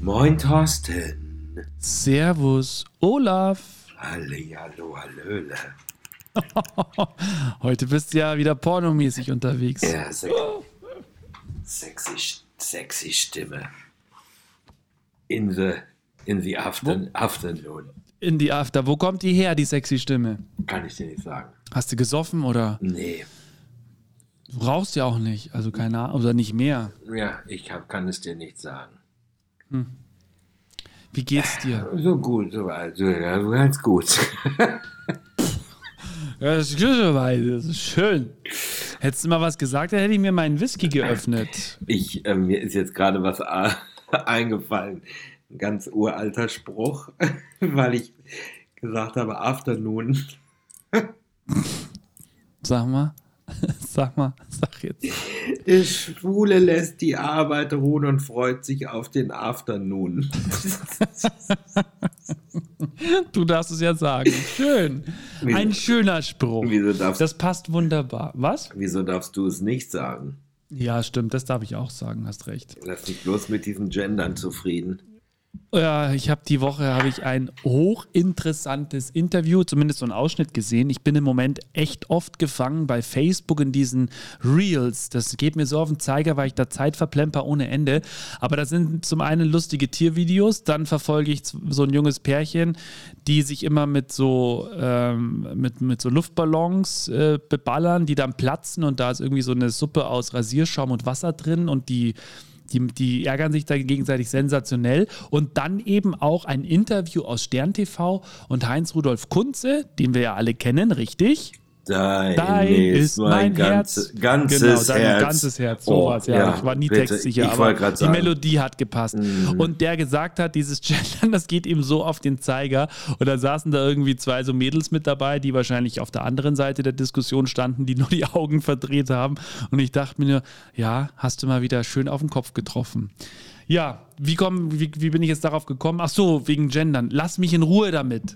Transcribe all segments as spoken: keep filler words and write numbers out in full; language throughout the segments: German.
Moin Thorsten. Servus Olaf. Hallihallo, hallöle. Heute bist du ja wieder pornomäßig unterwegs. Ja, se- sexy, sexy Stimme. In the, in the after, afternoon. In die After. Wo kommt die her, die sexy Stimme? Kann ich dir nicht sagen. Hast du gesoffen oder? Nee. Du rauchst ja auch nicht, also keine Ahnung, oder nicht mehr. Ja, ich hab, kann es dir nicht sagen. Wie geht's dir? So gut, so also, ja, ganz gut. Ja, das ist gut soweit, das ist schön. Hättest du mal was gesagt, dann hätte ich mir meinen Whisky geöffnet. Ich, äh, mir ist jetzt gerade was a- eingefallen. Ein ganz uralter Spruch, weil ich gesagt habe, Afternoon. Sag mal, sag mal, sag jetzt. Der Schwule lässt die Arbeit ruhen und freut sich auf den Afternoon. Du darfst es ja sagen. Schön. Ein schöner Spruch. Wieso darfst, Das passt wunderbar. Was? wieso darfst du es nicht sagen? Ja, stimmt, das darf ich auch sagen, hast recht. Lass dich bloß mit diesen Gendern zufrieden. Ja, ich habe die Woche habe ich ein hochinteressantes Interview, zumindest so einen Ausschnitt gesehen. Ich bin im Moment echt oft gefangen bei Facebook in diesen Reels. Das geht mir so auf den Zeiger, weil ich da Zeit verplemper ohne Ende. Aber das sind zum einen lustige Tiervideos, dann verfolge ich so ein junges Pärchen, die sich immer mit so, ähm, mit, mit so Luftballons äh, beballern, die dann platzen und da ist irgendwie so eine Suppe aus Rasierschaum und Wasser drin und die Die, die ärgern sich da gegenseitig sensationell. Und dann eben auch ein Interview aus Stern T V und Heinz-Rudolf Kunze, den wir ja alle kennen, richtig? Dein, Dein ist mein ganze, Herz. ganzes genau, dein Herz. ganzes Herz. Oh, Sowas, ja. ja, Ich war nie bitte. textsicher, Ich aber wollte grad die sagen. Melodie hat gepasst. Mhm. Und der gesagt hat, dieses Gendern, das geht ihm so auf den Zeiger. Und da saßen da irgendwie zwei so Mädels mit dabei, die wahrscheinlich auf der anderen Seite der Diskussion standen, die nur die Augen verdreht haben. Und ich dachte mir nur, ja, hast du mal wieder schön auf den Kopf getroffen. Ja, wie, komm, wie, wie bin ich jetzt darauf gekommen? Ach so, wegen Gendern. Lass mich in Ruhe damit.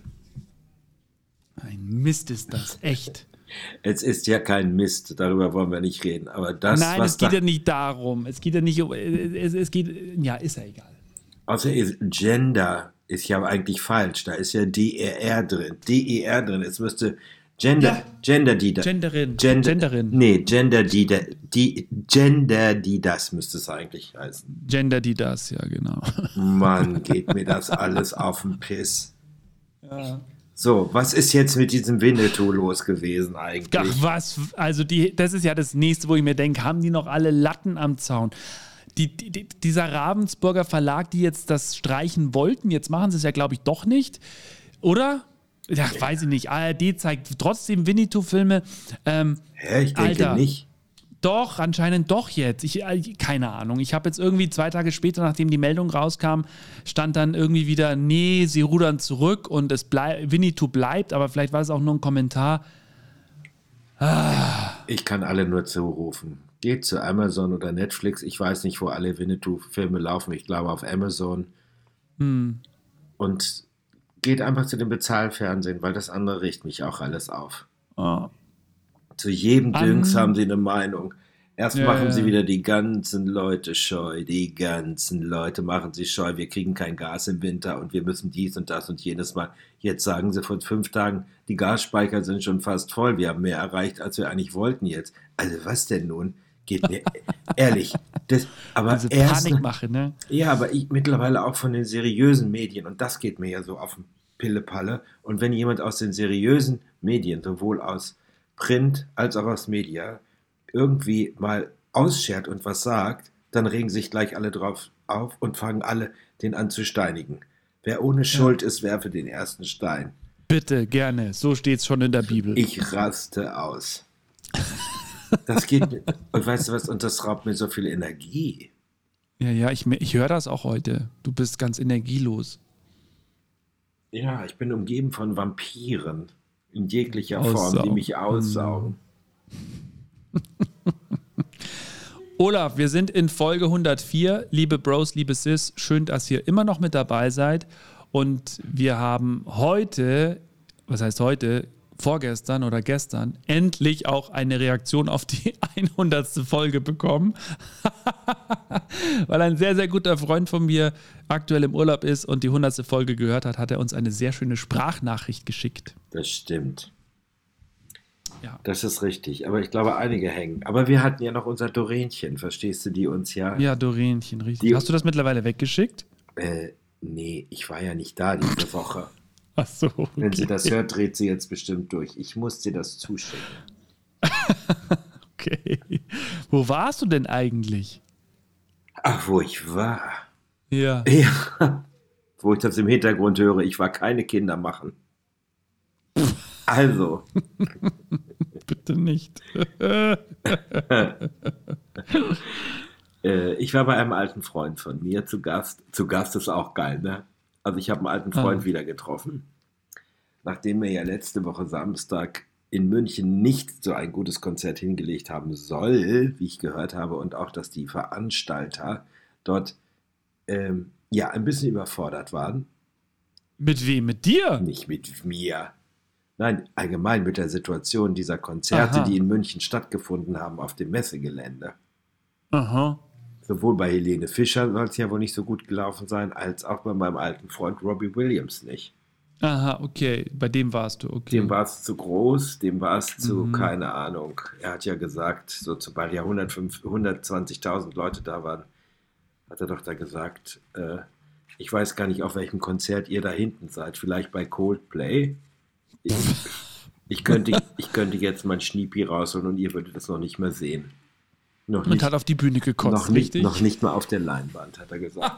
Ein Mist ist das, echt. Es ist ja kein Mist, darüber wollen wir nicht reden. Aber das, Nein, was es geht da, ja nicht darum. Es geht ja nicht um. Es, es geht. Ja, ist ja egal. außer ist Gender ist ja eigentlich falsch. Da ist ja D E R drin. D E R drin. Es müsste Gender, Ja. Gender, die da. Genderin. Gender, Genderin. Nee, Gender, die da. Die, Gender, die das müsste es eigentlich heißen. Gender, die das, ja, genau. Mann, geht mir das alles auf den Piss. Ja. So, was ist jetzt mit diesem Winnetou los gewesen eigentlich? Ach, was? Also, die, das ist ja das nächste, wo ich mir denke, haben die noch alle Latten am Zaun? Die, die, die, dieser Ravensburger Verlag, die jetzt das streichen wollten, jetzt machen sie es ja, glaube ich, doch nicht. Oder? Ja, weiß ich nicht. A R D zeigt trotzdem Winnetou-Filme. Ähm, Hä, ich denke Alter. nicht. Doch, anscheinend doch jetzt. Ich, äh, keine Ahnung. Ich habe jetzt irgendwie zwei Tage später, nachdem die Meldung rauskam, stand dann irgendwie wieder, nee, sie rudern zurück und es bleib, Winnetou bleibt, aber vielleicht war es auch nur ein Kommentar. Ich kann alle nur zurufen. Geht zu Amazon oder Netflix. Ich weiß nicht, wo alle Winnetou-Filme laufen. Ich glaube auf Amazon. Hm. Und geht einfach zu dem Bezahlfernsehen, weil das andere riecht mich auch alles auf. Oh. Zu jedem An- Dünks haben sie eine Meinung. Erst Ja, machen ja. sie wieder die ganzen Leute scheu. Die ganzen Leute machen sie scheu. Wir kriegen kein Gas im Winter und wir müssen dies und das und jenes Mal. Jetzt sagen sie vor fünf Tagen, die Gasspeicher sind schon fast voll. Wir haben mehr erreicht, als wir eigentlich wollten jetzt. Also was denn nun? Geht mir ehrlich. Das, aber Diese erst, Panikmache, ne? ja, aber ich mittlerweile auch von den seriösen Medien und das geht mir ja so auf den Pillepalle. Und wenn jemand aus den seriösen Medien, sowohl aus Print als auch aus Media, irgendwie mal ausschert und was sagt, dann regen sich gleich alle drauf auf und fangen alle den an zu steinigen. Wer ohne Schuld ist, werfe den ersten Stein. Bitte, gerne. So steht's schon in der Bibel. Ich raste aus. Das geht mir. Und weißt du was? Und das raubt mir so viel Energie. Ja, ja, ich, ich höre das auch heute. Du bist ganz energielos. Ja, ich bin umgeben von Vampiren in jeglicher Aussaugen. Form, die mich aussaugen. Olaf, wir sind in Folge hundertvier. Liebe Bros, liebe Sis, schön, dass ihr immer noch mit dabei seid. Und wir haben heute, was heißt heute, vorgestern oder gestern endlich auch eine Reaktion auf die hundertste Folge bekommen, weil ein sehr, sehr guter Freund von mir aktuell im Urlaub ist und die hundertste Folge gehört hat, hat er uns eine sehr schöne Sprachnachricht geschickt. Das stimmt. Ja. Das ist richtig. Aber ich glaube, einige hängen. Aber wir hatten ja noch unser Dorenchen, verstehst du, die uns ja... Ja, Dorenchen, richtig. Die, Hast du das mittlerweile weggeschickt? Äh, nee, ich war ja nicht da diese Woche. Ach so. Okay. Wenn sie das hört, dreht sie jetzt bestimmt durch. Ich muss dir das zuschicken. Okay. Wo warst du denn eigentlich? Ach, wo ich war. Ja. Ja. Wo ich das im Hintergrund höre, ich war keine Kinder machen. Also. Bitte nicht. äh, ich war bei einem alten Freund von mir zu Gast. Zu Gast ist auch geil, ne? Also ich habe einen alten Freund ah. wieder getroffen. Nachdem wir ja letzte Woche Samstag in München nicht so ein gutes Konzert hingelegt haben soll, wie ich gehört habe, und auch, dass die Veranstalter dort ähm, ja ein bisschen überfordert waren. Mit wem? Mit dir? Nicht mit mir. Nein, allgemein mit der Situation dieser Konzerte, Aha. die in München stattgefunden haben auf dem Messegelände. Aha. Sowohl bei Helene Fischer soll es ja wohl nicht so gut gelaufen sein, als auch bei meinem alten Freund Robbie Williams nicht. Aha, okay. Bei dem warst du, okay. Dem war es zu groß, dem war es zu, mhm. keine Ahnung. Er hat ja gesagt, so sobald ja hundertzwanzigtausend Leute da waren, hat er doch da gesagt, äh, ich weiß gar nicht, auf welchem Konzert ihr da hinten seid. Vielleicht bei Coldplay. Ich, ich, könnte, ich könnte jetzt mein Schniepi rausholen und ihr würdet das noch nicht mehr sehen. Noch und nicht, hat auf die Bühne gekotzt, noch nicht, richtig? Noch nicht mal auf der Leinwand, hat er gesagt.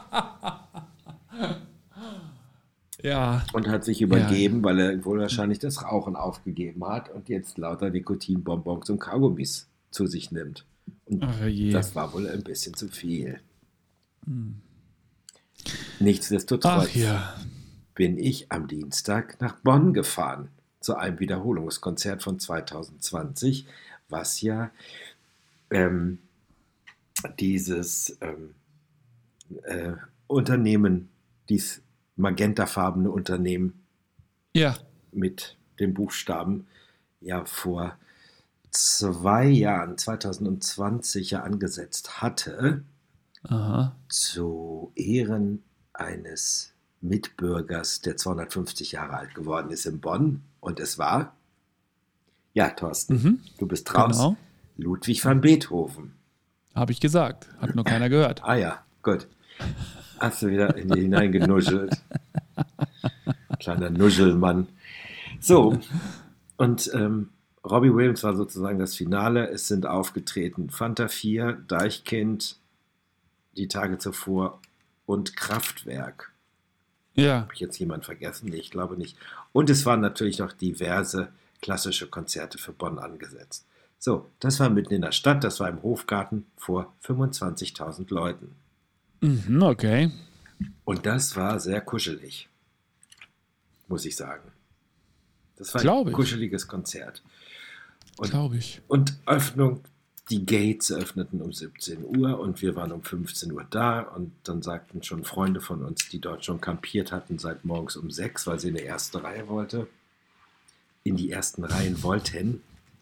Ja. Und hat sich übergeben, ja. weil er wohl wahrscheinlich das Rauchen aufgegeben hat und jetzt lauter Nikotinbonbons und Kaugummis zu sich nimmt. Und Ach, je. das war wohl ein bisschen zu viel. Hm. Nichtsdestotrotz Ach, ja. bin ich am Dienstag nach Bonn gefahren zu einem Wiederholungskonzert von zwanzig zwanzig, was ja ähm, dieses ähm, äh, Unternehmen, dieses magentafarbene Unternehmen ja. mit dem Buchstaben ja vor zwei Jahren, zwanzig zwanzig, ja angesetzt hatte, Aha. zu Ehren eines Mitbürgers, der zweihundertfünfzig Jahre alt geworden ist in Bonn. Und es war, ja, Thorsten, mhm. du bist raus, genau. Ludwig van Beethoven. Habe ich gesagt, hat nur keiner gehört. Ah ja, gut. Hast du wieder in die hineingenuschelt. Kleiner Nuschelmann. So, und ähm, Robbie Williams war sozusagen das Finale. Es sind aufgetreten Fanta vier, Deichkind, die Tage zuvor und Kraftwerk. Ja. Habe ich jetzt jemand vergessen? Nee, ich glaube nicht. Und es waren natürlich noch diverse klassische Konzerte für Bonn angesetzt. So, das war mitten in der Stadt, das war im Hofgarten vor fünfundzwanzigtausend Leuten. Mhm, okay. Und das war sehr kuschelig, muss ich sagen. Das war Glaub ein ich. kuscheliges Konzert. Glaube ich. Und Öffnung, die Gates öffneten um siebzehn Uhr und wir waren um fünfzehn Uhr da und dann sagten schon Freunde von uns, die dort schon kampiert hatten, seit morgens um sechs, weil sie in die erste Reihe wollte, in die ersten Reihen wollten.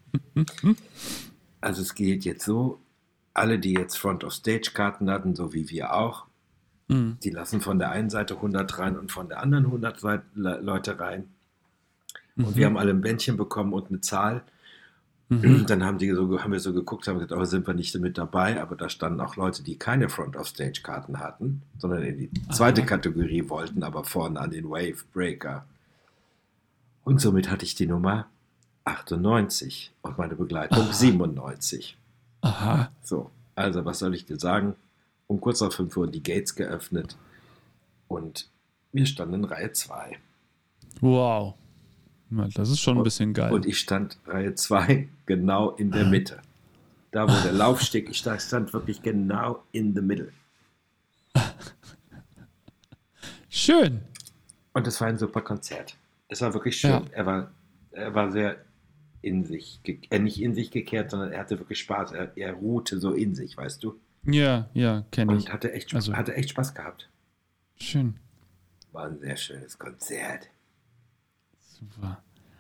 Also es geht jetzt so, alle, die jetzt Front-of-Stage-Karten hatten, so wie wir auch, mhm. die lassen von der einen Seite hundert rein und von der anderen hundert Leute rein. Und mhm. wir haben alle ein Bändchen bekommen und eine Zahl. Mhm. Dann haben, die so, haben wir so geguckt, haben gesagt, oh, sind wir nicht mit dabei, aber da standen auch Leute, die keine Front-of-Stage-Karten hatten, sondern in die zweite Aha. Kategorie wollten, aber vorne an den Wave-Breaker. Und somit hatte ich die Nummer achtundneunzig und meine Begleitung Aha. siebenundneunzig. Aha. So, also was soll ich dir sagen? Um kurz nach fünf Uhr die Gates geöffnet und wir standen in Reihe zwei. Wow. Das ist schon ein und, bisschen geil. Und ich stand Reihe zwei genau in der Mitte. Da, wo der Laufsteg, ich stand wirklich genau in the middle. Schön. Und es war ein super Konzert. Es war wirklich schön. Ja. Er war, er war sehr in sich, äh, nicht in sich gekehrt, sondern er hatte wirklich Spaß. Er, er ruhte so in sich, weißt du? Ja, ja, kenne ich. Und hatte echt, also, hatte echt Spaß gehabt. Schön. War ein sehr schönes Konzert. Super.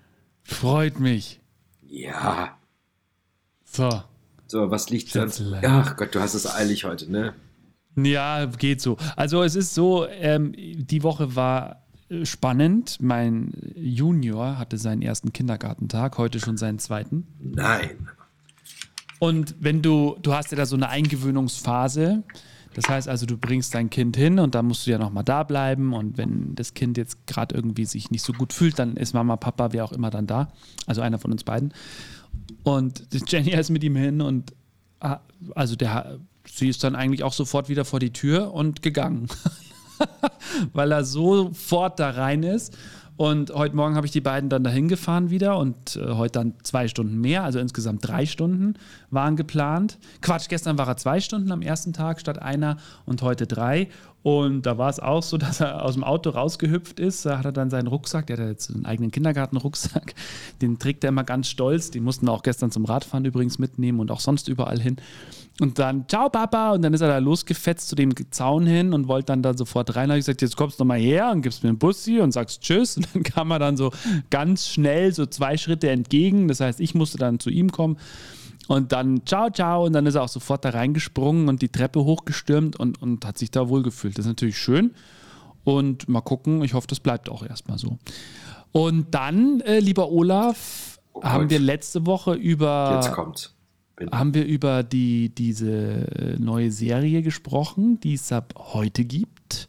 Freut mich. Ja. So. So, was liegt sonst? Schätzelein. Ach Gott, du hast es eilig heute, ne? Ja, geht so. Also es ist so, ähm, die Woche war äh, spannend. Mein Junior hatte seinen ersten Kindergartentag, heute schon seinen zweiten. Nein. Und wenn du, du hast ja da so eine Eingewöhnungsphase, das heißt also, du bringst dein Kind hin und dann musst du ja nochmal da bleiben und wenn das Kind jetzt gerade irgendwie sich nicht so gut fühlt, dann ist Mama, Papa, wer auch immer dann da, also einer von uns beiden. Und Jenny ist mit ihm hin und ah, also der, sie ist dann eigentlich auch sofort wieder vor die Tür und gegangen, weil er sofort da rein ist. Und heute Morgen habe ich die beiden dann dahin gefahren wieder und äh, heute dann zwei Stunden mehr, also insgesamt drei Stunden waren geplant. Quatsch, gestern war er zwei Stunden am ersten Tag statt einer und heute drei. Und da war es auch so, dass er aus dem Auto rausgehüpft ist. Da hat er dann seinen Rucksack, der hat jetzt einen eigenen Kindergartenrucksack, den trägt er immer ganz stolz. Den mussten wir auch gestern zum Radfahren übrigens mitnehmen und auch sonst überall hin. Und dann, ciao Papa, und dann ist er da losgefetzt zu dem Zaun hin und wollte dann da sofort rein. Da habe ich gesagt, jetzt kommst du mal her und gibst mir einen Bussi und sagst Tschüss. Und dann kam er dann so ganz schnell so zwei Schritte entgegen. Das heißt, ich musste dann zu ihm kommen und dann ciao, ciao. Und dann ist er auch sofort da reingesprungen und die Treppe hochgestürmt und, und hat sich da wohlgefühlt. Das ist natürlich schön. Und mal gucken, ich hoffe, das bleibt auch erstmal so. Und dann, äh, lieber Olaf, Oh haben Gott. wir letzte Woche über... Jetzt kommt's. Bitte. haben wir über die, diese neue Serie gesprochen, die es ab heute gibt.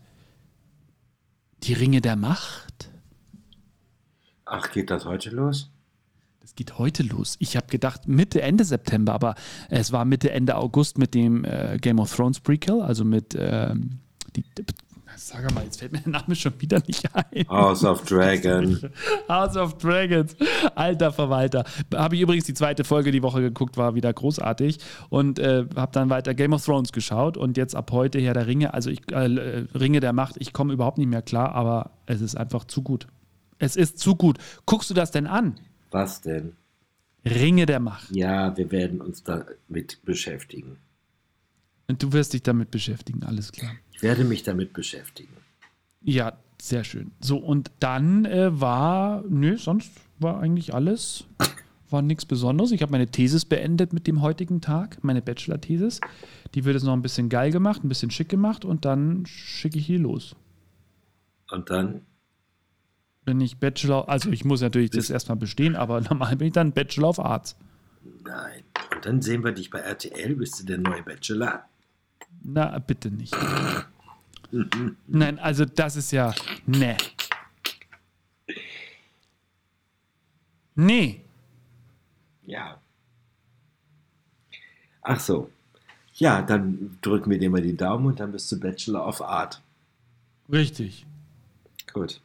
Die Ringe der Macht. Ach, geht das heute los? Das geht heute los. Ich habe gedacht Mitte, Ende September, aber es war Mitte, Ende August mit dem äh, Game of Thrones Prequel, also mit ähm, die, sag mal, jetzt fällt mir der Name schon wieder nicht ein. House of Dragon. House of Dragons. Alter Verwalter. Habe ich übrigens die zweite Folge die Woche geguckt, war wieder großartig und äh, habe dann weiter Game of Thrones geschaut und jetzt ab heute Herr der Ringe, also ich, äh, Ringe der Macht, ich komme überhaupt nicht mehr klar, aber es ist einfach zu gut. Es ist zu gut. Guckst du das denn an? Was denn? Ringe der Macht. Ja, wir werden uns damit beschäftigen. Und du wirst dich damit beschäftigen, alles klar. Ich werde mich damit beschäftigen. Ja, sehr schön. So, und dann äh, war, nö, sonst war eigentlich alles, war nichts Besonderes. Ich habe meine Thesis beendet mit dem heutigen Tag, meine Bachelor-Thesis. Die wird jetzt noch ein bisschen geil gemacht, ein bisschen schick gemacht und dann schicke ich die los. Und dann? Bin ich Bachelor, also ich muss natürlich das erstmal bestehen, aber normal bin ich dann Bachelor of Arts. Nein. Und dann sehen wir dich bei R T L. Bist du der neue Bachelor? Na, bitte nicht. Nein, also das ist ja, ne. Nee. Ja. Ach so. Ja, dann drücken wir dir mal die Daumen und dann bist du Bachelor of Art. Richtig. Gut.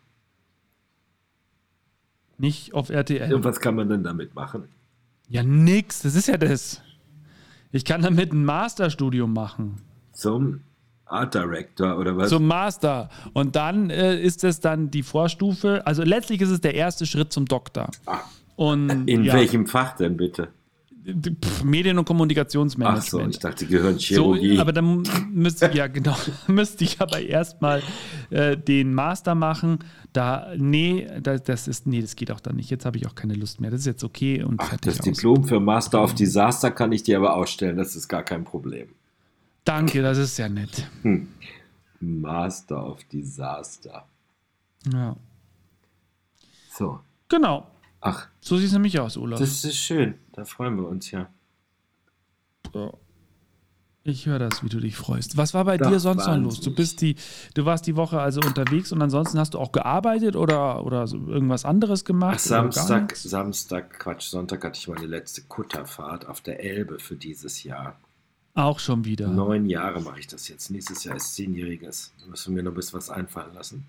Nicht auf R T L. Und was kann man denn damit machen? Ja, nix. Das ist ja das. Ich kann damit ein Masterstudium machen. Zum Art Director oder was? Zum Master. Und dann äh, ist es dann die Vorstufe. Also letztlich ist es der erste Schritt zum Doktor. Ah, Und, in ja, welchem Fach denn bitte? Pff, Medien- und Kommunikationsmanagement. Ach so, ich dachte Gehirnchirurgie. So, aber dann müsste ja genau, müsste ich aber erstmal äh, den Master machen. Da, nee, das, das ist, nee, das geht auch dann nicht. Jetzt habe ich auch keine Lust mehr. Das ist jetzt okay und Ach, fertig das aus. Diplom für Master of Disaster kann ich dir aber ausstellen. Das ist gar kein Problem. Danke, das ist ja nett. Hm. Master of Disaster. Ja. So. Genau. Ach, So sieht es nämlich aus, Olaf. das ist schön. Da freuen wir uns ja. Ja. Ich höre das, wie du dich freust. Was war bei Doch, dir sonst noch los? wahnsinnig. Du bist die, du warst die Woche also unterwegs und ansonsten hast du auch gearbeitet oder, oder so irgendwas anderes gemacht? Ach, oder gar Samstag, nichts? Samstag, Quatsch, Sonntag hatte ich meine letzte Kutterfahrt auf der Elbe für dieses Jahr. Auch schon wieder. Neun Jahre mache ich das jetzt. Nächstes Jahr ist zehnjähriges. Da müssen wir noch ein bisschen was einfallen lassen.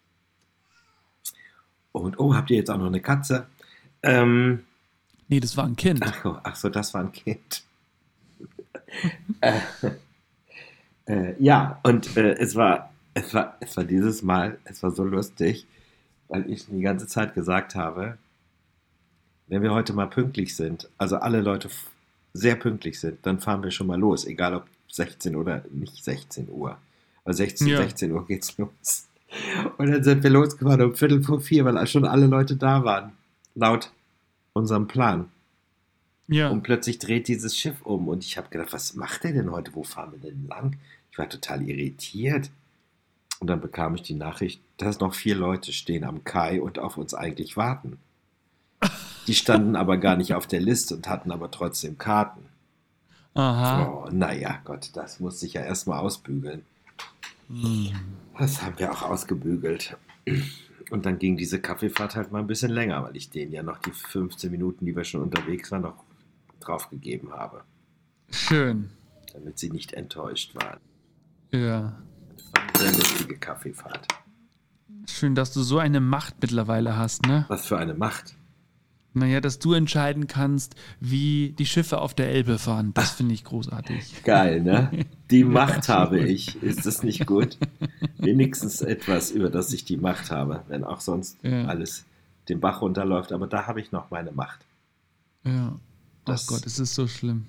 Und, oh, habt ihr jetzt auch noch eine Katze? Ähm, Nee, das war ein Kind. ach, oh, ach so, das war ein Kind. äh, äh, ja, und äh, es war, es war, es war dieses Mal, es war so lustig, weil ich die ganze Zeit gesagt habe, wenn wir heute mal pünktlich sind, also alle Leute f- sehr pünktlich sind, dann fahren wir schon mal los, egal ob sechzehn oder nicht sechzehn Uhr. Aber sechzehn, Ja. sechzehn Uhr geht's los. Und dann sind wir losgefahren um Viertel vor vier, weil schon alle Leute da waren. Laut unserem Plan. Ja. Und plötzlich dreht dieses Schiff um und ich habe gedacht, was macht der denn heute? Wo fahren wir denn lang? Ich war total irritiert. Und dann bekam ich die Nachricht, dass noch vier Leute stehen am Kai und auf uns eigentlich warten. Die standen aber gar nicht auf der Liste und hatten aber trotzdem Karten. Aha. Oh, naja, Gott, das musste ich ja erstmal ausbügeln. Hm. Das haben wir auch ausgebügelt. Und dann ging diese Kaffeefahrt halt mal ein bisschen länger, weil ich denen ja noch die fünfzehn Minuten, die wir schon unterwegs waren, noch draufgegeben habe. Schön. Damit sie nicht enttäuscht waren. Ja. Das war eine sehr lustige Kaffeefahrt. Schön, dass du so eine Macht mittlerweile hast, ne? Was für eine Macht. Naja, dass du entscheiden kannst, wie die Schiffe auf der Elbe fahren. Das finde ich großartig. Geil, ne? Die Macht habe ich. Ist das nicht gut? Wenigstens etwas, über das ich die Macht habe, wenn auch sonst Ja. alles den Bach runterläuft. Aber da habe ich noch meine Macht. Ja. Das- Oh Gott, es ist so schlimm.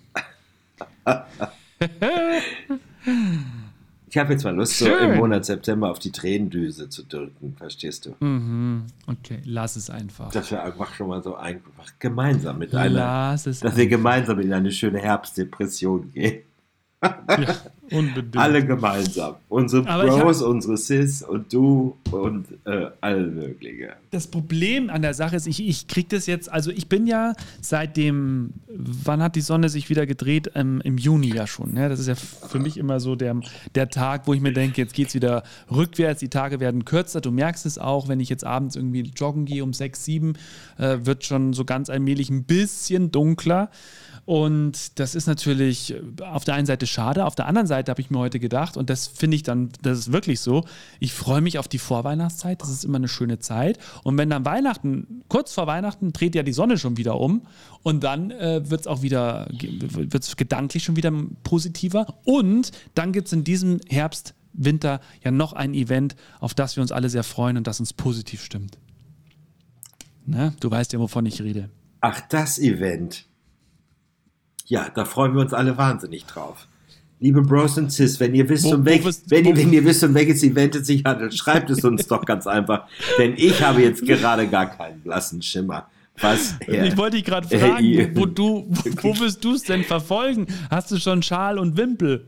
Ich habe jetzt mal Lust, so Schön. im Monat September auf die Tränendüse zu drücken, verstehst du? Mhm. Okay, lass es einfach. Dass wir einfach schon mal so einfach gemeinsam mit einer, Lass es dass wir einfach. gemeinsam in eine schöne Herbstdepression gehen. Ja, unbedingt. Alle gemeinsam. Unsere Aber ich Bros, unsere Sis und du und äh, alle mögliche. Das Problem an der Sache ist, ich, ich kriege das jetzt, also ich bin ja seit dem, wann hat die Sonne sich wieder gedreht? Ähm, Im Juni ja schon. Ne? Das ist ja für mich immer so der, der Tag, wo ich mir denke, jetzt geht es wieder rückwärts, die Tage werden kürzer. Du merkst es auch, wenn ich jetzt abends irgendwie joggen gehe um sechs, sieben, äh, wird schon so ganz allmählich ein bisschen dunkler. Und das ist natürlich auf der einen Seite schade, auf der anderen Seite habe ich mir heute gedacht, und das finde ich dann, das ist wirklich so, ich freue mich auf die Vorweihnachtszeit, das ist immer eine schöne Zeit. Und wenn dann Weihnachten, kurz vor Weihnachten, dreht ja die Sonne schon wieder um und dann äh, wird es auch wieder, wird es gedanklich schon wieder positiver. Und dann gibt es in diesem Herbst, Winter ja noch ein Event, auf das wir uns alle sehr freuen und das uns positiv stimmt. Ne? Du weißt ja, wovon ich rede. Ach, das Event. Ja, da freuen wir uns alle wahnsinnig drauf. Liebe Bros und Sis, wenn ihr wisst, Wo- um, wo welch, bist- wenn, ihr, wo- wenn ihr wisst, um welches Event es sich handelt, schreibt es uns doch ganz einfach. Denn ich habe jetzt gerade gar keinen blassen Schimmer. Was? Ich wollte dich gerade äh, fragen, ihr- wo, wo du, wo, wo wirst du es denn verfolgen? Hast du schon Schal und Wimpel?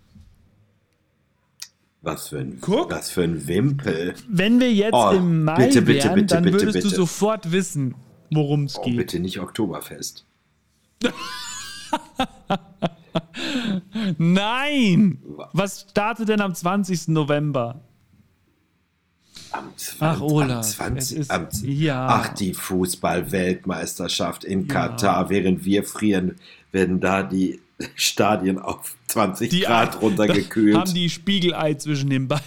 Was für ein, Guck. was für ein Wimpel. Wenn wir jetzt Oh, im Mai bitte, bitte, wären, bitte, dann bitte, würdest du bitte. sofort wissen, worum es Oh, geht. bitte nicht Oktoberfest. Nein! Was startet denn am zwanzigsten November? Am Ach, zwanzig, Olaf, am zwanzig, es ist- am, ja. Ach, die Fußball-Weltmeisterschaft in Katar. Während wir frieren, werden da die Stadien auf zwanzig Die Grad runtergekühlt. haben die Spiegelei zwischen den Beinen.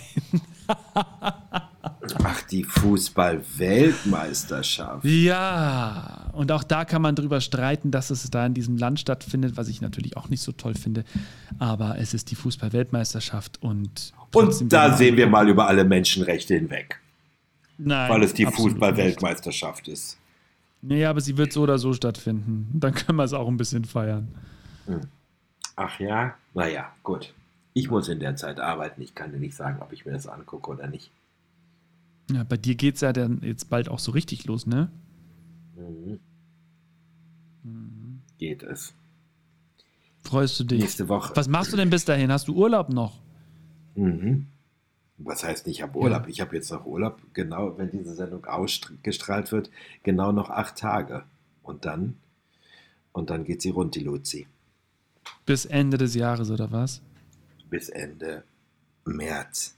Ach, die Fußball-Weltmeisterschaft. Ja, und auch da kann man drüber streiten, dass es da in diesem Land stattfindet, was ich natürlich auch nicht so toll finde. Aber es ist die Fußball-Weltmeisterschaft und. trotzdem Und da werden sehen wir mal über alle Menschenrechte hinweg, Nein, weil es die absolut Fußball-Weltmeisterschaft ist. nicht. Nee, aber sie wird so oder so stattfinden. Dann können wir es auch ein bisschen feiern. Ach ja? Naja, gut. Ich muss in der Zeit arbeiten. Ich kann dir nicht sagen, ob ich mir das angucke oder nicht. Ja, bei dir geht es ja dann jetzt bald auch so richtig los, ne? Mhm. Geht es. Freust du dich? Nächste Woche. Was machst du denn bis dahin? Hast du Urlaub noch? Mhm. Was heißt, ich habe Urlaub? Ich habe jetzt noch Urlaub, genau, wenn diese Sendung ausgestrahlt wird, genau noch acht Tage. Und dann, und dann geht sie rund, die Luzi. Bis Ende des Jahres oder was? Bis Ende März.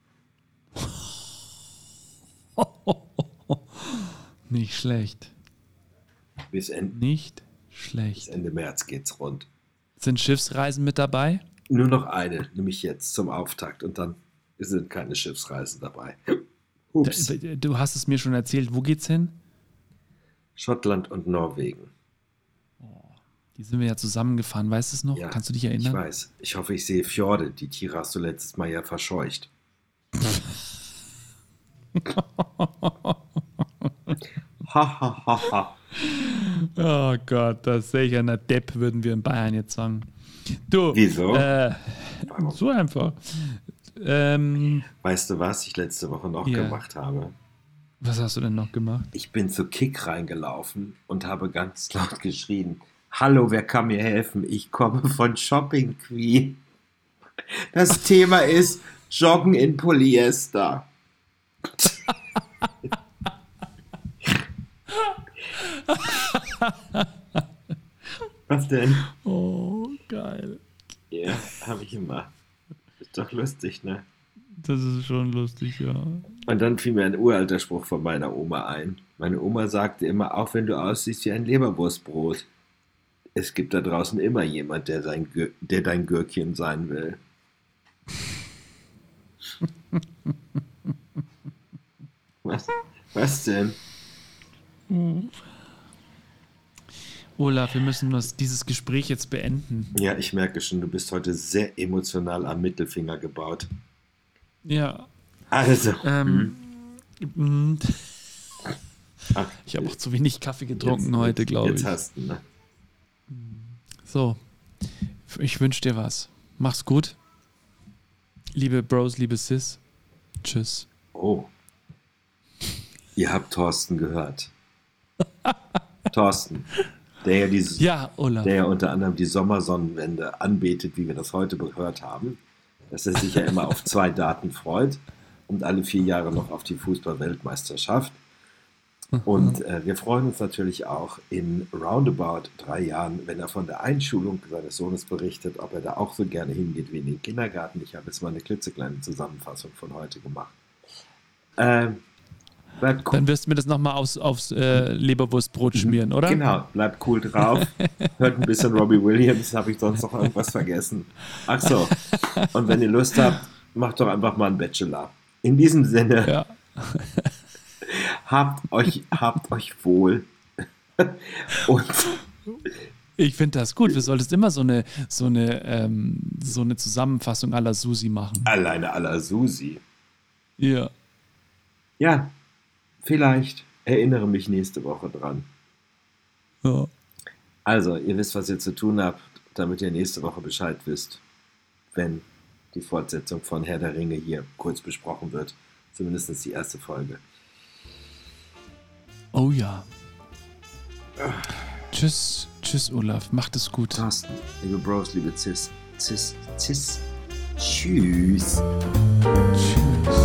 Nicht schlecht. Bis, en Nicht bis schlecht. Ende März geht's rund. Sind Schiffsreisen mit dabei? Nur noch eine, nämlich jetzt zum Auftakt. Und dann sind keine Schiffsreisen dabei. Ups. D- Du hast es mir schon erzählt. Wo geht's hin? Schottland und Norwegen. Die sind wir ja zusammengefahren. Weißt du es noch? Ja, Kannst du dich Ich erinnern? weiß. Ich hoffe, ich sehe Fjorde. Die Tiere hast du letztes Mal ja verscheucht. Ha, ha, ha, ha. Oh Gott, das sehe ich einer Depp, würden wir in Bayern jetzt sagen. Du. Wieso? Äh, Warum? so einfach. Ähm, Weißt du, was ich letzte Woche noch Ja. gemacht habe? Was hast du denn noch gemacht? Ich bin zu Kick reingelaufen und habe ganz laut geschrien: Hallo, wer kann mir helfen? Ich komme von Shopping Queen. Das Thema ist Joggen in Polyester. Was denn? Oh, geil. Ja, habe ich immer. Ist doch lustig, ne? Das ist schon lustig, ja. Und dann fiel mir ein uralter Spruch von meiner Oma ein. Meine Oma sagte immer, auch wenn du aussiehst wie ein Leberwurstbrot, es gibt da draußen immer jemand, der, sein Gür- der dein Gürkchen sein will. Was, was denn? Olaf, wir müssen das, dieses Gespräch jetzt beenden. Ja, ich merke schon, du bist heute sehr emotional am Mittelfinger gebaut. Ja. Also. Ähm, hm. Ach, ich habe auch zu wenig Kaffee getrunken jetzt, heute, glaube ich. Jetzt hast du, ne? So, ich wünsche dir was. Mach's gut. Liebe Bros, liebe Sis. Tschüss. Oh. Ihr habt Thorsten gehört. Thorsten, der ja, dieses, ja, Olaf. der ja unter anderem die Sommersonnenwende anbetet, wie wir das heute gehört haben, dass er sich ja immer auf zwei Daten freut und alle vier Jahre noch auf die Fußball-Weltmeisterschaft. Und äh, wir freuen uns natürlich auch in roundabout drei Jahren, wenn er von der Einschulung seines Sohnes berichtet, ob er da auch so gerne hingeht wie in den Kindergarten. Ich habe jetzt mal eine klitzekleine Zusammenfassung von heute gemacht. Ähm, bleibt cool. Dann wirst du mir das nochmal aufs, aufs äh, Leberwurstbrot schmieren, oder? Genau, bleibt cool drauf. Hört ein bisschen Robbie Williams, habe ich sonst noch irgendwas vergessen. Ach so, und wenn ihr Lust habt, macht doch einfach mal einen Bachelor. In diesem Sinne, ja. habt, euch, habt euch wohl. Und ich finde das gut. Wir solltest immer so eine, so eine, ähm, so eine Zusammenfassung à la Susi machen. Alleine à la Susi. Ja. Ja, vielleicht erinnere mich nächste Woche dran. Ja. Also, ihr wisst, was ihr zu tun habt, damit ihr nächste Woche Bescheid wisst, wenn die Fortsetzung von Herr der Ringe hier kurz besprochen wird. Zumindest die erste Folge. Oh ja. Tschüss, tschüss Olaf, macht es gut. Thorsten, liebe Bros, liebe Cis, Cis, Cis. Tschüss. Tschüss.